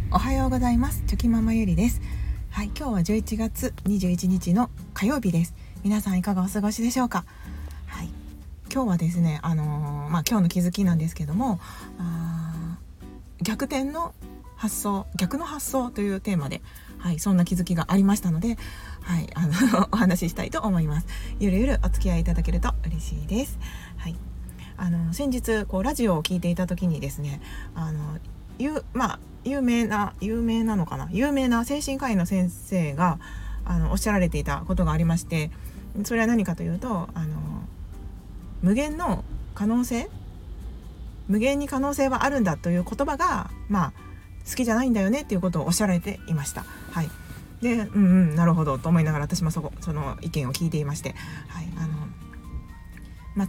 おはようございます。チョキママゆりです。はい、今日は11月21日の火曜日です。皆さんいかがお過ごしでしょうか。はい、今日はですね、今日の気づきなんですけども、逆の発想というテーマで、はい、そんな気づきがありましたので、はい、お話ししたいと思います。ゆるゆるお付き合いいただけると嬉しいです。はい、先日ラジオを聞いていた時にですね、有名な精神科医の先生がおっしゃられていたことがありまして、それは何かというと、無限に可能性はあるんだという言葉が好きじゃないんだよねっていうことをおっしゃられていました。はい、でなるほどと思いながら、私もその意見を聞いていまして、はい、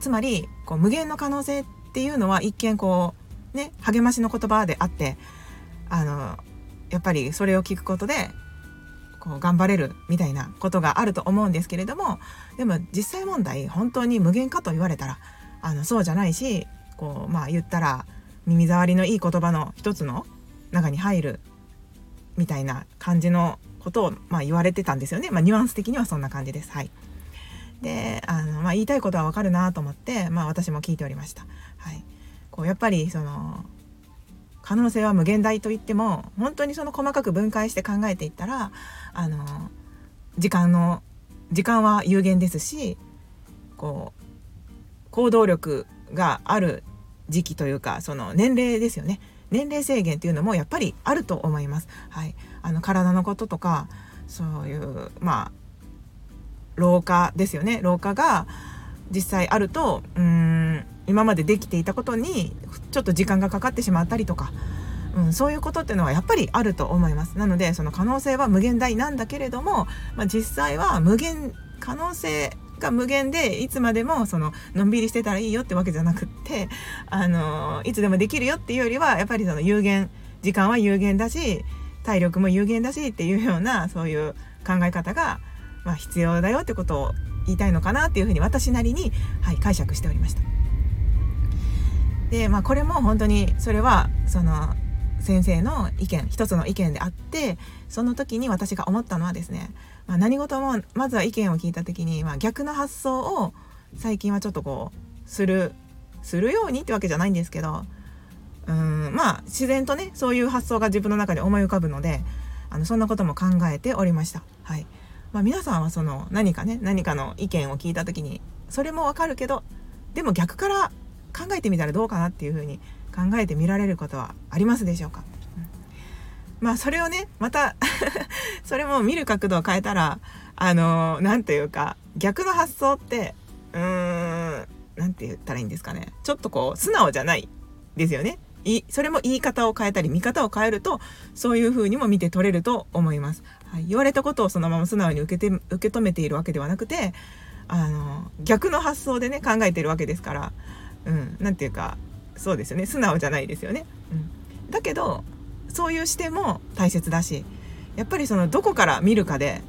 つまり無限の可能性っていうのは一見励ましの言葉であって、やっぱりそれを聞くことで頑張れるみたいなことがあると思うんですけれども、でも実際問題本当に無限かと言われたらそうじゃないし、言ったら耳障りのいい言葉の一つの中に入るみたいな感じのことを言われてたんですよね。ニュアンス的にはそんな感じです。はい、で言いたいことはわかるなと思って、私も聞いておりました。はい、やっぱり可能性は無限大と言っても、本当に細かく分解して考えていったら時間は有限ですし、行動力がある時期というか、年齢ですよね。年齢制限っていうのもやっぱりあると思います。はい、体のこととか、そういう老化ですよね。老化が実際あると、今までできていたことにちょっと時間がかかってしまったりとか、そういうことっていうのはやっぱりあると思います。なのでその可能性は無限大なんだけれども、実際は可能性が無限で、いつまでものんびりしてたらいいよってわけじゃなくって、いつでもできるよっていうよりは、やっぱり時間は有限だし、体力も有限だしっていうような、そういう考え方が必要だよってことを言いたいのかなっていうふうに私なりに、解釈しておりました。でこれも本当にそれは先生の一つの意見であって、その時に私が思ったのはですね、何事もまずは意見を聞いた時に、逆の発想を最近はちょっとするようにってわけじゃないんですけど、自然とね、そういう発想が自分の中で思い浮かぶので、そんなことも考えておりました。はい、皆さんは何かの意見を聞いた時に、それもわかるけど、でも逆から考えてみたらどうかなっていうふうに考えてみられることはありますでしょうか。それをね、またそれも見る角度を変えたら、なんていうか、逆の発想ってなんて言ったらいいんですかね、ちょっと素直じゃないですよね。それも言い方を変えたり見方を変えると、そういう風にも見て取れると思います。はい、言われたことをそのまま素直に受け止めているわけではなくて、逆の発想でね、考えているわけですから、なんていうか、そうですよね、素直じゃないですよね。だけどそういう視点も大切だし、やっぱりどこから見るかで、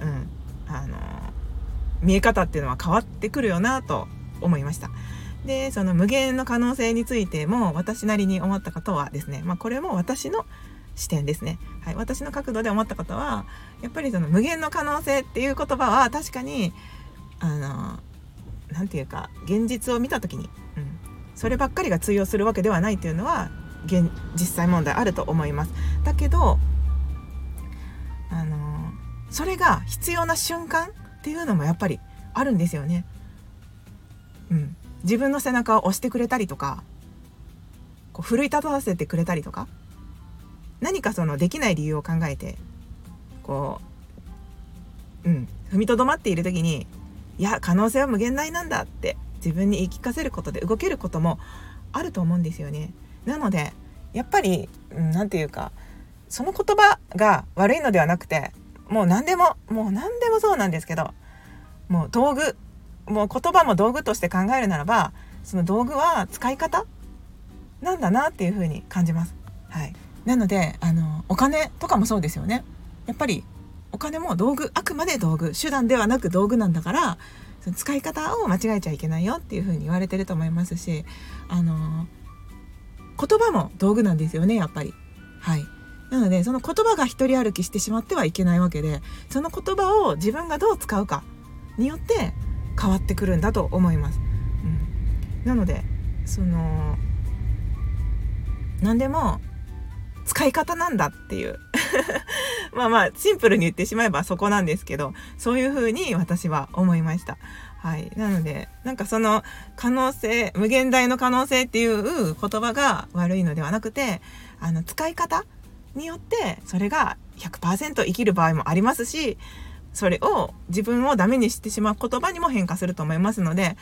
見え方っていうのは変わってくるよなと思いました。で無限の可能性についても、私なりに思ったことはですね、これも私の視点ですね。はい、私の角度で思ったことは、やっぱり無限の可能性っていう言葉は確かになんていうか、現実を見た時に、そればっかりが通用するわけではないというのは実際問題あると思います。だけどそれが必要な瞬間っていうのもやっぱりあるんですよね。自分の背中を押してくれたりとか、奮い立たせてくれたりとか、何かできない理由を考えて踏みとどまっている時に、いや可能性は無限大なんだって自分に言い聞かせることで動けることもあると思うんですよね。なのでやっぱりなんていうか、その言葉が悪いのではなくて、もう何でもそうなんですけど、もう言葉も道具として考えるならば、その道具は使い方なんだなっていうふうに感じます。はい、なのでお金とかもそうですよね。やっぱりお金も道具、あくまで道具、手段ではなく道具なんだから、その使い方を間違えちゃいけないよっていうふうに言われてると思いますし、言葉も道具なんですよね、やっぱり。はい、 なのでその言葉が一人歩きしてしまってはいけないわけで、その言葉を自分がどう使うかによって変わってくるんだと思います。なので何でも使い方なんだっていうまあシンプルに言ってしまえばそこなんですけど、そういうふうに私は思いました。はい、なのでなんかその可能性、無限大の可能性っていう言葉が悪いのではなくて、使い方によってそれが 100% 生きる場合もありますし、それを自分をダメにしてしまう言葉にも変化すると思いますので、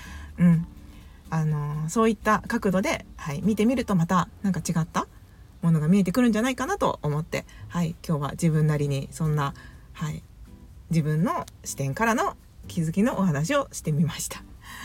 そういった角度で、見てみるとまたなんか違ったものが見えてくるんじゃないかなと思って、今日は自分なりにそんな、自分の視点からの気づきのお話をしてみました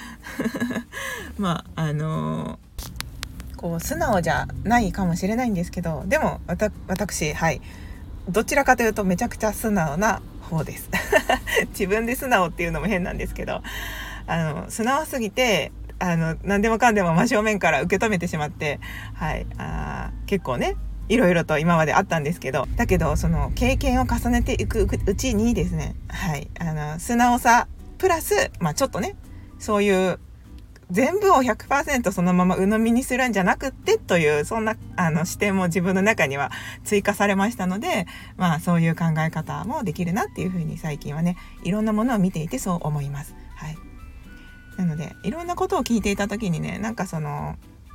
こう素直じゃないかもしれないんですけど、でも私どちらかというとめちゃくちゃ素直な方です自分で素直っていうのも変なんですけど、素直すぎて何でもかんでも真正面から受け止めてしまって、結構ねいろいろと今まであったんですけど、だけどその経験を重ねていくうちにですね、素直さプラス、ちょっとねそういう全部を 100% そのまま鵜呑みにするんじゃなくってという、そんな視点も自分の中には追加されましたので、そういう考え方もできるなっていうふうに最近はね、いろんなものを見ていてそう思います。なのでいろんなことを聞いていた時にね、なんかその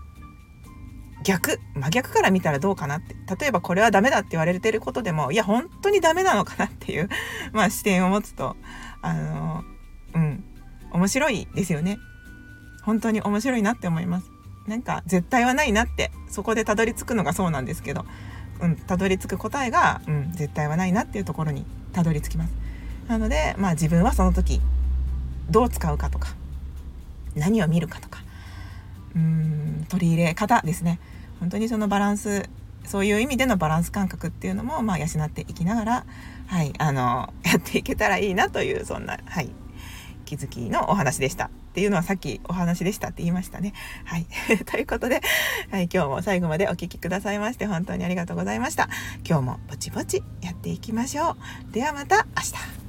真逆から見たらどうかなって、例えばこれはダメだって言われてることでも、いや本当にダメなのかなっていう視点を持つと面白いですよね。本当に面白いなって思います。なんか絶対はないなって、そこでたどり着くのがそうなんですけど、たどり着く答えが、絶対はないなっていうところにたどり着きます。なので自分はその時どう使うかとか、何を見るかとか、取り入れ方ですね。本当にそのバランス、そういう意味でのバランス感覚っていうのも養っていきながら、やっていけたらいいなという、そんな気づきのお話でした。っていうのはさっきお話でしたって言いましたね。ということで、今日も最後までお聞きくださいまして本当にありがとうございました。今日もぼちぼちやっていきましょう。ではまた明日。